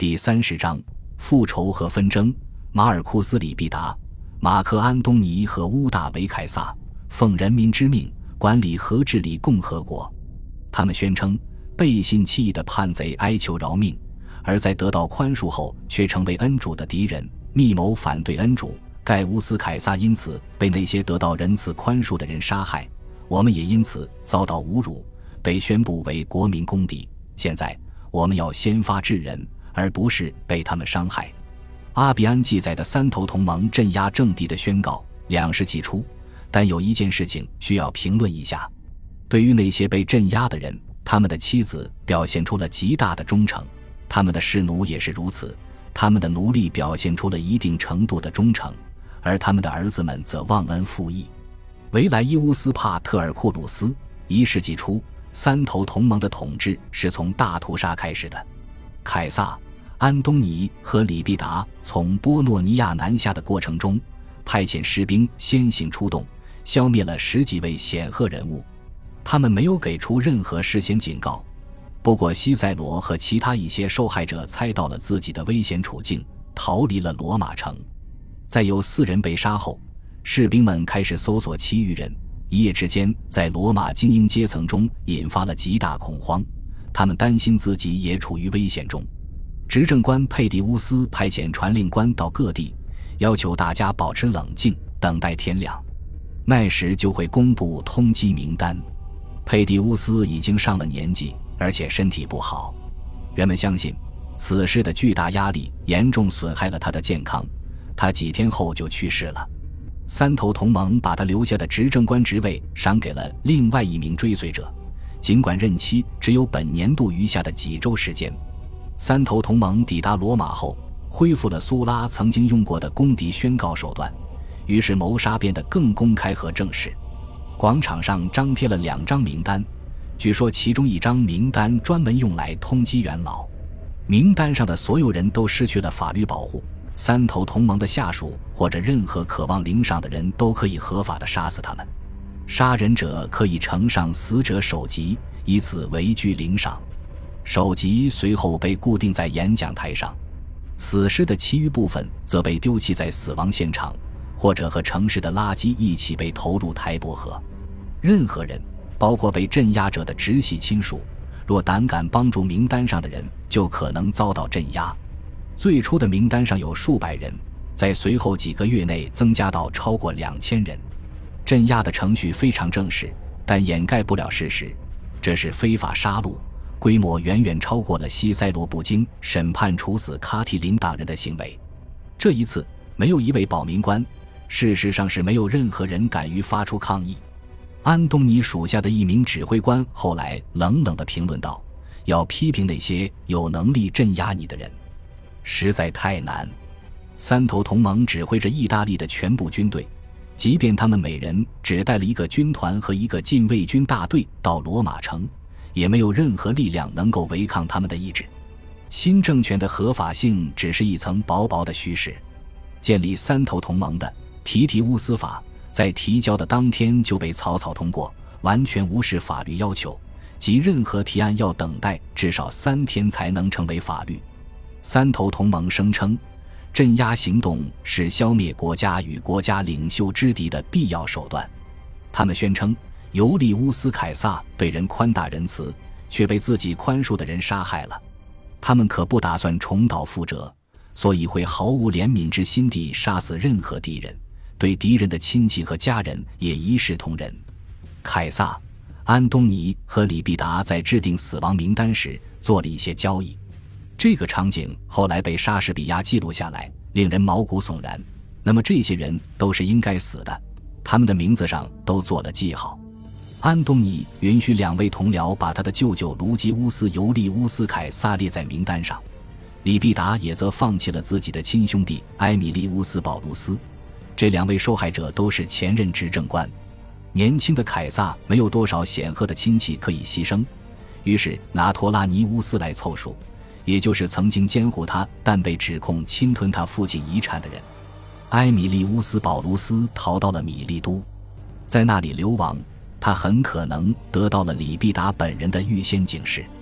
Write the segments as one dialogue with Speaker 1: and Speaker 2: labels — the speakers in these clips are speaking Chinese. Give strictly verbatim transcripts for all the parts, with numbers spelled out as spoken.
Speaker 1: 第三十章复仇和纷争。马尔库斯·里必达、马克·安东尼和乌大维·凯撒奉人民之命管理和治理共和国。他们宣称背信弃义的叛贼哀求饶命，而在得到宽恕后却成为恩主的敌人，密谋反对恩主。盖乌斯·凯撒因此被那些得到仁慈宽恕的人杀害，我们也因此遭到侮辱，被宣布为国民公敌。现在我们要先发制人，而不是被他们伤害。阿比安记载的三头同盟镇压政敌的宣告两世纪初，但有一件事情需要评论一下。对于那些被镇压的人，他们的妻子表现出了极大的忠诚，他们的侍奴也是如此，他们的奴隶表现出了一定程度的忠诚，而他们的儿子们则忘恩负义。维莱伊乌斯帕特尔库鲁斯，一世纪初，三头同盟的统治是从大屠杀开始的。凯撒、安东尼和里必达从波诺尼亚南下的过程中，派遣士兵先行出动，消灭了十几位显赫人物。他们没有给出任何事先警告，不过西塞罗和其他一些受害者猜到了自己的危险处境，逃离了罗马城。在有四人被杀后，士兵们开始搜索其余人，一夜之间在罗马精英阶层中引发了极大恐慌，他们担心自己也处于危险中。执政官佩蒂乌斯派遣传令官到各地，要求大家保持冷静，等待天亮，那时就会公布通缉名单。佩蒂乌斯已经上了年纪，而且身体不好，人们相信此事的巨大压力严重损害了他的健康，他几天后就去世了。三头同盟把他留下的执政官职位赏给了另外一名追随者，尽管任期只有本年度余下的几周时间。三头同盟抵达罗马后，恢复了苏拉曾经用过的公敌宣告手段，于是谋杀变得更公开和正式。广场上张贴了两张名单，据说其中一张名单专门用来通缉元老。名单上的所有人都失去了法律保护，三头同盟的下属或者任何渴望领赏的人都可以合法地杀死他们。杀人者可以呈上死者首级，以此为据领赏。首级随后被固定在演讲台上，死尸的其余部分则被丢弃在死亡现场，或者和城市的垃圾一起被投入台伯河。任何人，包括被镇压者的直系亲属，若胆敢帮助名单上的人，就可能遭到镇压。最初的名单上有数百人，在随后几个月内增加到超过两千人。镇压的程序非常正式，但掩盖不了事实，这是非法杀戮，规模远远超过了西塞罗不经审判处死卡提林大人的行为。这一次没有一位保民官，事实上是没有任何人敢于发出抗议。安东尼属下的一名指挥官后来冷冷地评论道，要批评那些有能力镇压你的人实在太难。三头同盟指挥着意大利的全部军队，即便他们每人只带了一个军团和一个禁卫军大队到罗马城，也没有任何力量能够违抗他们的意志。新政权的合法性只是一层薄薄的虚实。建立三头同盟的提提乌斯法在提交的当天就被草草通过，完全无视法律要求，即任何提案要等待至少三天才能成为法律。三头同盟声称，镇压行动是消灭国家与国家领袖之敌的必要手段。他们宣称，尤利乌斯·凯撒对人宽大仁慈，却被自己宽恕的人杀害了。他们可不打算重蹈覆辙，所以会毫无怜悯之心地杀死任何敌人，对敌人的亲戚和家人也一视同仁。凯撒、安东尼和里必达在制定死亡名单时做了一些交易，这个场景后来被莎士比亚记录下来，令人毛骨悚然。那么这些人都是应该死的，他们的名字上都做了记号。安东尼允许两位同僚把他的舅舅卢基乌斯·尤利乌斯·凯撒列在名单上，里必达也则放弃了自己的亲兄弟埃米利乌斯·保卢斯。这两位受害者都是前任执政官。年轻的凯撒没有多少显赫的亲戚可以牺牲，于是拿托拉尼乌斯来凑数，也就是曾经监护他但被指控侵吞他父亲遗产的人。埃米利乌斯·保卢斯逃到了米利都，在那里流亡，他很可能得到了里必达本人的预先警示。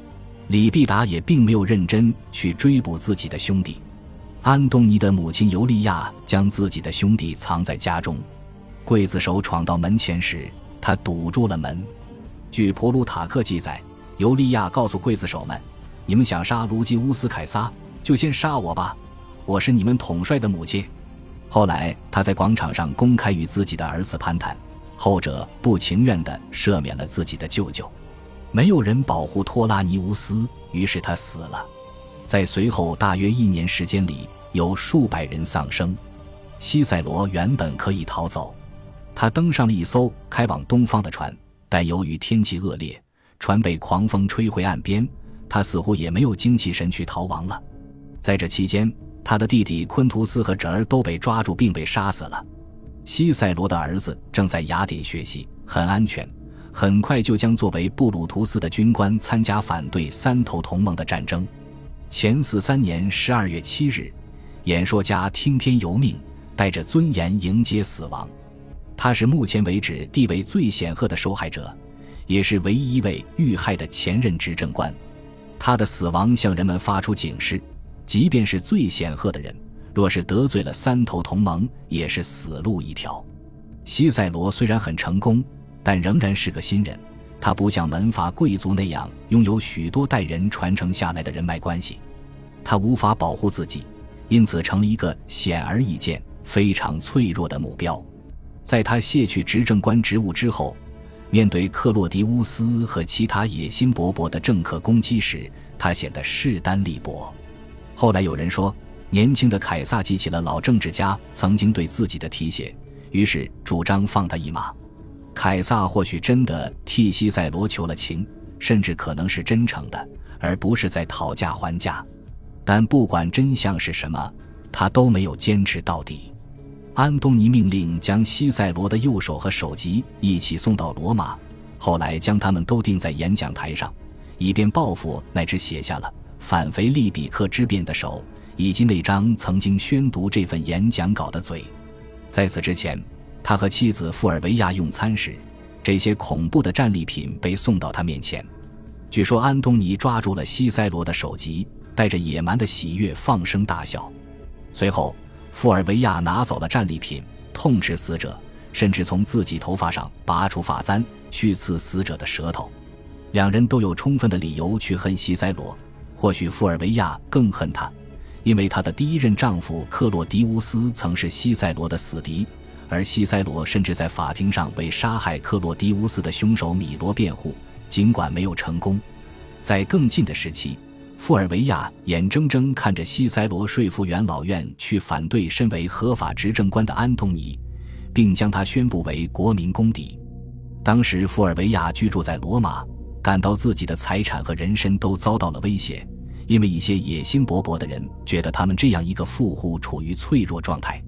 Speaker 1: 李必达也并没有认真去追捕自己的兄弟。安东尼的母亲尤利亚将自己的兄弟藏在家中，刽子手闯到门前时，他堵住了门。据普鲁塔克记载，尤利亚告诉刽子手们，你们想杀卢基乌斯·凯撒，就先杀我吧，我是你们统帅的母亲。后来他在广场上公开与自己的儿子攀谈，后者不情愿地赦免了自己的舅舅。没有人保护托拉尼乌斯，于是他死了。在随后大约一年时间里，有数百人丧生。西塞罗原本可以逃走，他登上了一艘开往东方的船，但由于天气恶劣，船被狂风吹回岸边，他似乎也没有精气神去逃亡了。在这期间，他的弟弟昆图斯和侄儿都被抓住并被杀死了。西塞罗的儿子正在雅典学习，很安全，很快就将作为布鲁图斯的军官参加反对三头同盟的战争。前四三年十二月七日，演说家听天由命，带着尊严迎接死亡。他是目前为止地位最显赫的受害者，也是唯一一位遇害的前任执政官。他的死亡向人们发出警示，即便是最显赫的人，若是得罪了三头同盟，也是死路一条。西塞罗虽然很成功，但仍然是个新人，他不像门阀贵族那样拥有许多代人传承下来的人脉关系，他无法保护自己，因此成了一个显而易见非常脆弱的目标。在他卸去执政官职务之后，面对克洛狄乌斯和其他野心勃勃的政客攻击时，他显得势单力薄。后来有人说，年轻的凯撒记起了老政治家曾经对自己的提携，于是主张放他一马。凯撒或许真的替西塞罗求了情，甚至可能是真诚的，而不是在讨价还价。但不管真相是什么，他都没有坚持到底。安东尼命令将西塞罗的右手和首级一起送到罗马，后来将他们都钉在演讲台上，以便报复乃至写下了反腓利比克之辩的手，以及那张曾经宣读这份演讲稿的嘴。在此之前，他和妻子富尔维亚用餐时，这些恐怖的战利品被送到他面前。据说安东尼抓住了西塞罗的首级，带着野蛮的喜悦放声大笑。随后富尔维亚拿走了战利品，痛斥死者，甚至从自己头发上拔出发簪，去刺死者的舌头。两人都有充分的理由去恨西塞罗，或许富尔维亚更恨他，因为她的第一任丈夫克洛狄乌斯曾是西塞罗的死敌，而西塞罗甚至在法庭上为杀害克洛狄乌斯的凶手米罗辩护，尽管没有成功。在更近的时期，富尔维亚眼睁睁看着西塞罗说服元老院去反对身为合法执政官的安东尼，并将他宣布为国民公敌。当时富尔维亚居住在罗马，感到自己的财产和人身都遭到了威胁，因为一些野心勃勃的人觉得他们这样一个富户处于脆弱状态。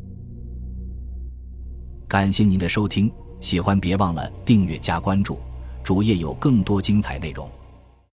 Speaker 1: 感谢您的收听，喜欢别忘了订阅加关注，主页有更多精彩内容。